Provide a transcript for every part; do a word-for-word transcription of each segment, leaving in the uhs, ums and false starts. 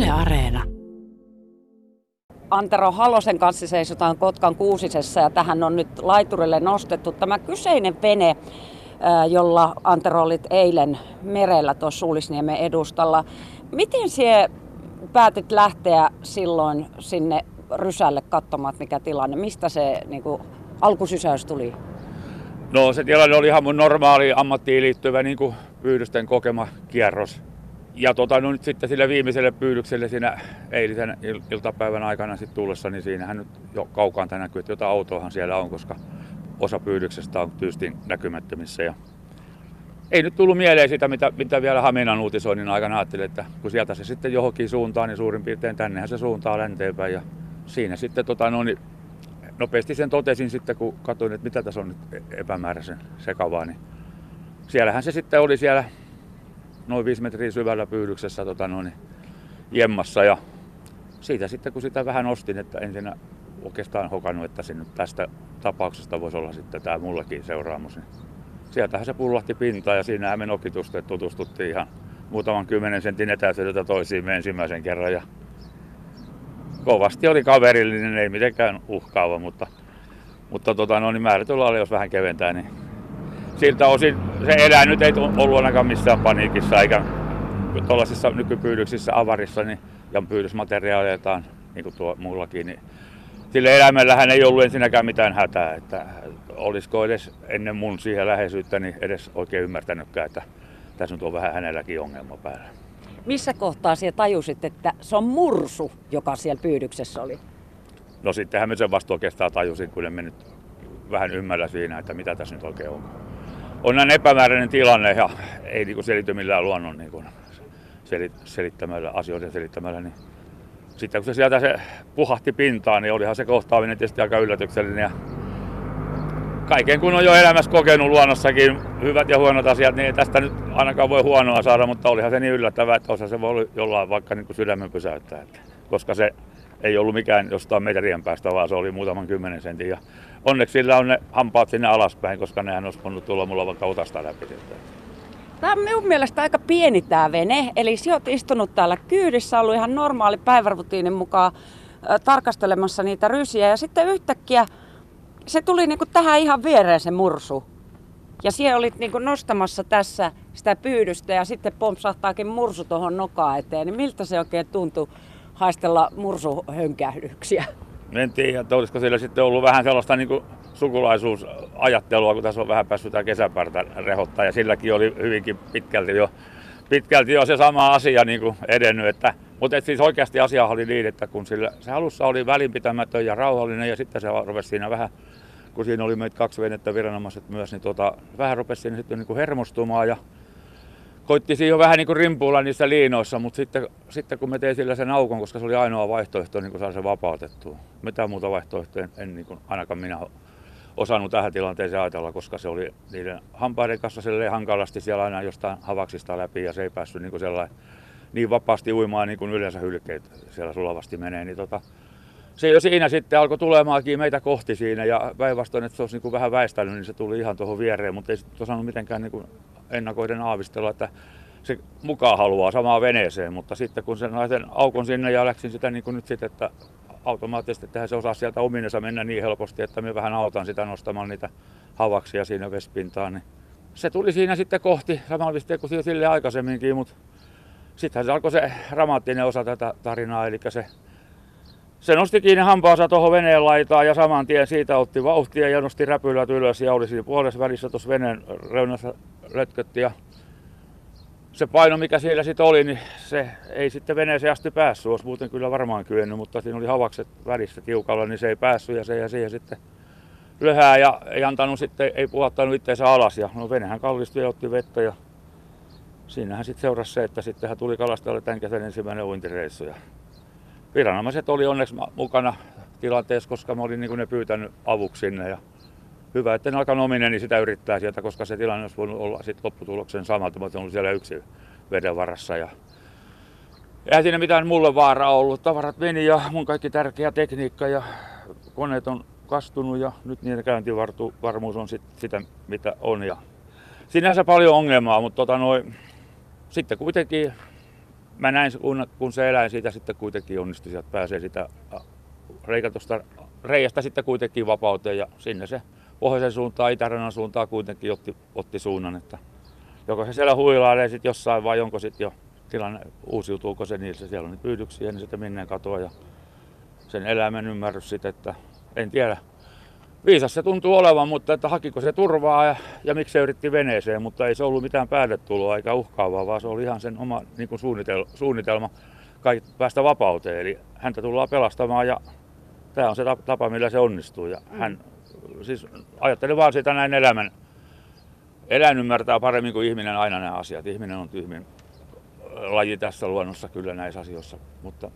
Yle Areena. Antero Halosen kanssa seisotaan Kotkan Kuusisessa ja tähän on nyt laiturille nostettu tämä kyseinen vene, jolla Antero olit eilen merellä tuossa Suulisniemen edustalla. Miten sinä päätit lähteä silloin sinne rysälle katsomaan, mikä tilanne? Mistä se niin kuin, alkusysäys tuli? No se tilanne oli ihan mun normaali ammattiin liittyvä niin kuin pyydysten kokema kierros. Ja tota, no nyt sitten sille viimeiselle pyydykselle siinä eilisen iltapäivän aikana sitten tullessa, niin siinähän nyt jo kaukaan näkyy, että jotain autoahan siellä on, koska osa pyydyksestä on tyystin näkymättömissä. Ja ei nyt tullut mieleen sitä, mitä, mitä vielä Haminan uutisoinnin aikana ajattelin, että kun sieltä se sitten johonkin suuntaan, niin suurin piirtein tännehän se suuntaa länteenpäin. Ja siinä sitten tota, no, niin nopeasti sen totesin sitten, kun katsoin, että mitä tässä on nyt epämääräisen sekavaa, niin siellähän se sitten oli siellä noin viisi metriä syvällä pyydyksessä tota, no, niin, jemmassa. Ja siitä sitten, kun sitä vähän ostin, että en siinä oikeastaan hokannut, että se nyt tästä tapauksesta voisi olla sitten tämä mullekin seuraamus. Niin sieltähän se pullahti pintaan ja siinähän me nokitusten tutustuttiin ihan muutaman kymmenen sentin etäisyydeltä toisiimme ensimmäisen kerran. Ja kovasti oli kaverillinen, ei mitenkään uhkaava, mutta, mutta tota, no, niin määrätyllä oli, jos vähän keventää, niin siltä osin se elää nyt ei ollut ainakaan missään paniikissa, eikä tuollaisissa nykypyydyksissä avarissa niin, ja pyydysmateriaaleiltaan, niin kuin tuo mullakin, niin sille eläimellähän ei ollut ensinnäkään mitään hätää, että olisiko edes ennen mun siihen läheisyyttä niin edes oikein ymmärtänytkään, että tässä nyt on vähän hänelläkin ongelma päällä. Missä kohtaa sinä tajusit, että se on mursu, joka siellä pyydyksessä oli? No sittenhän me sen vasta oikeastaan tajusin, kun en mennyt vähän ymmärrä siinä, että mitä tässä nyt oikein on. On näin epämääräinen tilanne ja ei niin kuin selity millään luonnon niin kuin selittämällä, asioiden selittämällä. Niin sitten kun se sieltä se puhahti pintaan, niin olihan se kohtaaminen tietysti aika yllätyksellinen. Ja kaiken kun on jo elämässä kokenut luonnossakin hyvät ja huonot asiat, niin ei tästä nyt ainakaan voi huonoa saada, mutta olihan se niin yllättävää, että osa se voi jollain vaikka niin kuin sydämen pysäyttää. Että, koska se ei ollut mikään jostain metrien päästä, vaan se oli muutaman kymmenen sentin. Ja onneksi sillä on ne hampaat sinne alaspäin, koska nehän olisi voinut tulla mulla vaikka utasta läpi. Tämä on minun mielestä aika pieni tämä vene, eli sinä olet istunut täällä kyydissä, ollut ihan normaali päivärutiinin mukaan äh, tarkastelemassa niitä rysiä ja sitten yhtäkkiä se tuli niinku tähän ihan viereen se mursu. Ja siellä olit niinku nostamassa tässä sitä pyydystä ja sitten pompsahtaakin mursu tuohon nokaan eteen, niin miltä se oikein tuntui haistella mursuhönkähdyksiä? En tiedä, että olisiko siellä sitten ollut vähän sellaista niinku sukulaisuusajattelua, kun tässä on vähän päässyt tämä kesäparta rehottaa ja silläkin oli hyvinkin pitkälti jo, pitkälti jo se sama asia niin kuin edennyt. Että, mutta siis oikeasti asia oli niin, että kun sillä, se alussa oli välinpitämätön ja rauhallinen ja sitten se rupesi siinä vähän, kun siinä oli meitä kaksi venettä viranomaiset myös, niin tota, vähän rupesi siinä sitten niin kuin hermostumaan ja koitti siinä jo vähän niin kuin rimpuilla niissä liinoissa, mutta sitten, sitten kun me tein sillä sen aukon, koska se oli ainoa vaihtoehto niin kuin saada se vapautettua. Mitään muuta vaihtoehtoja en, en niin kuin, ainakaan minä osannut tähän tilanteeseen ajatella, koska se oli niiden hampaiden kanssa hankalasti siellä aina jostain havaksista läpi ja se ei päässyt niin, kuin niin vapaasti uimaan niin kuin yleensä hylkeet siellä sulavasti menee. Niin tota, se jo siinä sitten alkoi tulemaankin meitä kohti siinä ja päinvastoin, että se olisi niin kuin vähän väistänyt, niin se tuli ihan tuohon viereen, mutta ei sitten osannut mitenkään niin kuin ennakoiden aavistella, että se mukaan haluaa samaan veneeseen, mutta sitten kun sen naisen aukon sinne ja läksin sitä niin kuin nyt sitten, että automaattisesti tehdään se osaa sieltä ominensa mennä niin helposti, että me vähän autan sitä nostamaan niitä havaksia siinä vesipintaan, niin se tuli siinä sitten kohti samalla vistein kuin sille aikaisemminkin, mutta sittenhän se alkoi se dramaattinen osa tätä tarinaa, eli se Se nosti kiinni hampaansa tuohon veneen laitaan ja saman tien siitä otti vauhtia ja nosti räpylät ylös ja oli siinä puolessa välissä tuossa veneen reunassa lötkötti. Ja se paino mikä siellä sitten oli, niin se ei sitten veneeseen asti päässyt, olisi muuten kyllä varmaan kyennyt, mutta siinä oli havakset välissä tiukalla, niin se ei päässyt ja se ja siihen sitten löhää ja ei antanut sitten, ei puhattanut itseensä alas. Ja no venehän kallistui ja otti vettä ja siinähän sitten seurasi se, että sittenhän tuli kalastajalle tämän kesän ensimmäinen uintireissu. Viranomaiset oli onneksi mukana tilanteessa, koska mä olin niin kuin ne pyytänyt avuksi sinne. Ja hyvä, että ne alkanut ominen, niin sitä yrittää sieltä, koska se tilanne olisi voinut olla sit lopputuloksen sama, että mä olin siellä yksin veden varassa. Ja eihän siinä mitään mulle vaaraa ollut. Tavarat meni ja mun kaikki tärkeä tekniikka ja koneet on kastunut ja nyt niiden käyntivarmuus on sit sitä, mitä on. Ja sinänsä paljon ongelmaa, mutta tota noin, sitten kuitenkin mä näin, kun, kun se eläin siitä sitten kuitenkin onnistui, sieltä pääsee sitä reikatusta reiästä sitten kuitenkin vapauteen ja sinne se pohjoisen suuntaan, itärannan suuntaan kuitenkin otti, otti suunnan, että joko se siellä huilailee sitten jossain vai onko sitten jo tilanne, uusiutuuko se niissä, siellä on niitä pyydyksiä, niin sitten minne katoaa ja sen eläimen ymmärrys sitten, että en tiedä. Viisas se tuntuu olevan, mutta että hakiko se turvaa ja, ja miksi se yritti veneeseen, mutta ei se ollut mitään päätetuloa eikä uhkaavaa, vaan se oli ihan sen oma niin kuin suunnitelma, suunnitelma päästä vapauteen. Eli häntä tullaan pelastamaan ja tämä on se tapa, millä se onnistuu. Ja hän siis ajatteli vaan sitä näin elämän. Eläin ymmärtää paremmin kuin ihminen aina nämä asiat. Ihminen on tyhmin laji tässä luonnossa kyllä näissä asioissa, mutta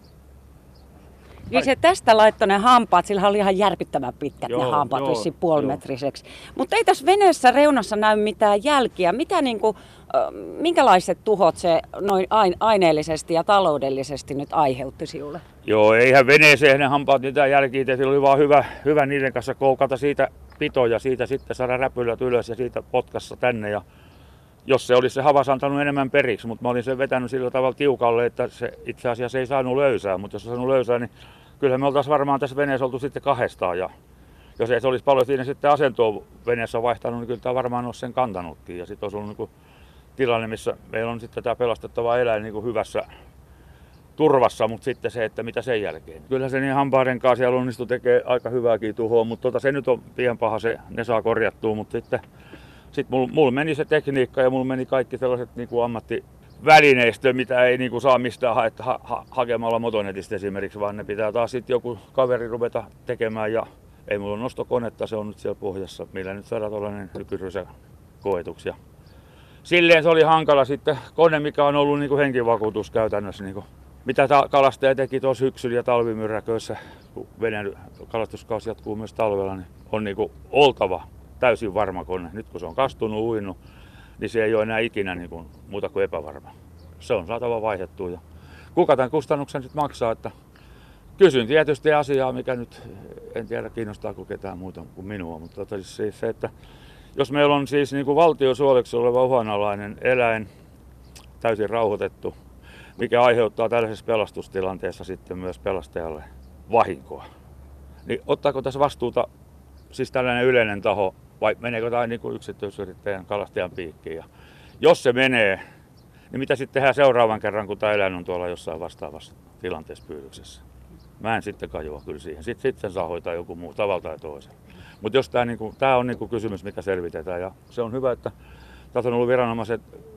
niin se tästä laittoi ne hampaat, sillä oli ihan järkyttävän pitkät joo, ne hampaat, joo, vissiin puolimetriseksi. Mutta ei tässä veneessä reunassa näy mitään jälkiä. Mitä niinku, minkälaiset tuhot se noin aineellisesti ja taloudellisesti nyt aiheutti sinulle? Joo, eihän veneeseen ne hampaat mitään jälkiä, sillä oli vaan hyvä, hyvä niiden kanssa koukata siitä pitoja, siitä sitten saada räpylät ylös ja siitä potkassa tänne. Ja jos se olisi se havas antanut enemmän periksi, mutta mä olin sen vetänyt sillä tavalla tiukalle, että se itse asiassa ei saanut löysää, mutta jos se saanut löysää, niin kyllähän me oltaisiin varmaan tässä veneessä oltu sitten kahdestaan. Ja jos ei se olisi paljon siinä sitten asentoa veneessä vaihtanut, niin kyllä tämä varmaan olisi sen kantanutkin. Ja sitten olisi ollut niin tilanne, missä meillä on sitten tämä pelastettava eläin niin kuin hyvässä turvassa, mutta sitten se, että mitä sen jälkeen. Kyllä se niin hampaiden kanssa siellä onnistui tekee aika hyvääkin tuhoa, mutta tota, se nyt on pian paha, se, ne saa korjattua, mutta sitten sitten mulla mul meni se tekniikka ja mulla meni kaikki sellaiset niin kuin ammattivälineistö, mitä ei niin kuin saa mistään ha, ha, ha, hakemalla motonetista esimerkiksi, vaan ne pitää taas sitten joku kaveri ruveta tekemään. Ja ei mulla ole nostokonetta, se on nyt siellä pohjassa, millä nyt saadaan tuollainen nykyrysä koetuksi. Ja silleen se oli hankala sitten kone, mikä on ollut niin kuin henkivakuutus käytännössä. Niin kuin, mitä ta- kalastaja teki tuossa syksyllä ja talvimyräköissä, kun veneen kalastuskausi jatkuu myös talvella, niin on niin kuin oltava täysin varma kone. Nyt kun se on kastunut, uinut, niin se ei ole enää ikinä niin kuin muuta kuin epävarma. Se on saatava vaihdettua. Ja kuka tämän kustannuksen sitten maksaa? Että kysyn tietysti asiaa, mikä nyt en tiedä kiinnostaako ketään muuta kuin minua. Mutta tota siis se, että jos meillä on siis niin kuin valtiosuojeluksi oleva uhanalainen eläin, täysin rauhoitettu, mikä aiheuttaa tällaisessa pelastustilanteessa sitten myös pelastajalle vahinkoa, niin ottaako tässä vastuuta siis tällainen yleinen taho, vai meneekö tämä niin kuin yksityisyrittäjän kalastajan piikkiin? Ja jos se menee, niin mitä sitten tehdään seuraavan kerran, kun tämä eläin on tuolla jossain vastaavassa tilanteessa pyydyksessä? Mä en sitten kajoa kyllä siihen. Sitten, sitten sen saa hoitaa joku muu tavalla tai toisella. Mutta jos tämä, niin kuin, tämä on niin kuin kysymys, mikä selvitetään, ja se on hyvä, että tässä on ollut viranomaiset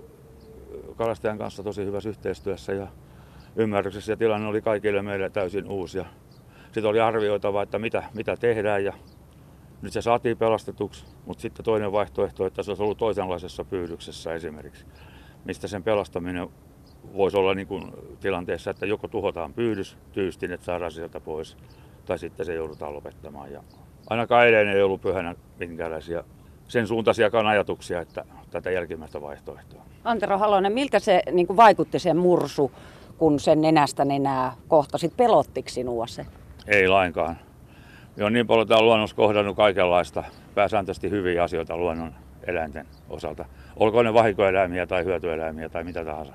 kalastajan kanssa tosi hyvässä yhteistyössä ja ymmärryksessä, ja tilanne oli kaikille meille täysin uusi. Sitten oli arvioitava, että mitä, mitä tehdään, ja nyt se saatiin pelastetuksi, mutta sitten toinen vaihtoehto, että se olisi ollut toisenlaisessa pyydyksessä esimerkiksi, mistä sen pelastaminen voisi olla niin kuin tilanteessa, että joko tuhotaan pyydys, tyystin, että saadaan sieltä pois, tai sitten se joudutaan lopettamaan. Ja ainakaan edelleen ei ollut pyhänä minkäänlaisia sen suuntaisiakaan ajatuksia, että tätä jälkimmäistä vaihtoehtoa. Antero Halonen, miltä se niin kuin vaikutti se mursu, kun sen nenästä nenää kohtasit? Pelottiko sinua se? Ei lainkaan. Me on niin paljon täällä luonnossa kohdannut kaikenlaista, pääsääntöisesti hyviä asioita luonnon eläinten osalta. Olkoon ne vahinkoeläimiä tai hyötyeläimiä tai mitä tahansa.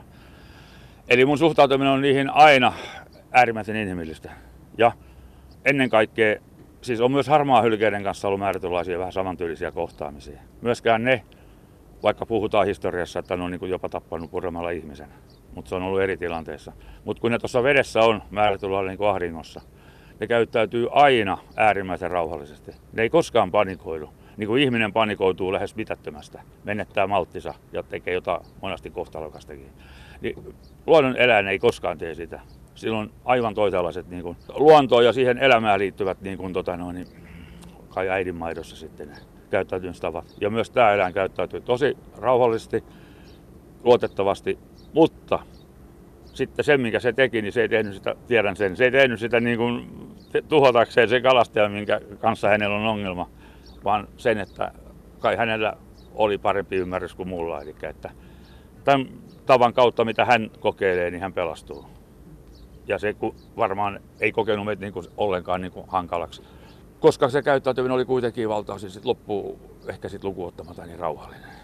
Eli mun suhtautuminen on niihin aina äärimmäisen inhimillistä. Ja ennen kaikkea, siis on myös harmaahylkeiden kanssa ollut määrätynlaisia vähän samantyylisiä kohtaamisia. Myöskään ne, vaikka puhutaan historiassa, että ne on niin kuin jopa tappanut puremalla ihmisen. Mutta se on ollut eri tilanteessa. Mutta kun ne tuossa vedessä on määrätyllä niin kuin ahdingossa, ne käyttäytyy aina äärimmäisen rauhallisesti. Ne ei koskaan panikoidu. Niin kuin ihminen panikoituu lähes mitättömästä, menettää malttinsa ja tekee jotain monesti kohtalokastakin. Niin luonnon eläin ei koskaan tee sitä. Sillä on aivan toisenlaiset niin kuin luontoon ja siihen elämään liittyvät niin kuin, tota noin, kai äidinmaidossa sitten ne käyttäytymistavat. Ja myös tämä eläin käyttäytyy tosi rauhallisesti, luotettavasti, mutta sitten se, minkä se teki, niin se ei tehnyt sitä, tiedän sen, se ei tehnyt sitä niin kuin tuhotakseen se kalastaja, minkä kanssa hänellä on ongelma, vaan sen, että kai hänellä oli parempi ymmärrys kuin mulla. Eli että tämän tavan kautta, mitä hän kokeilee, niin hän pelastuu. Ja se varmaan ei kokenut meitä niin kuin ollenkaan niin kuin hankalaksi, koska se käyttäytyminen oli kuitenkin valtaosin sit loppuun, ehkä sitten lukuun ottamatta niin rauhallinen.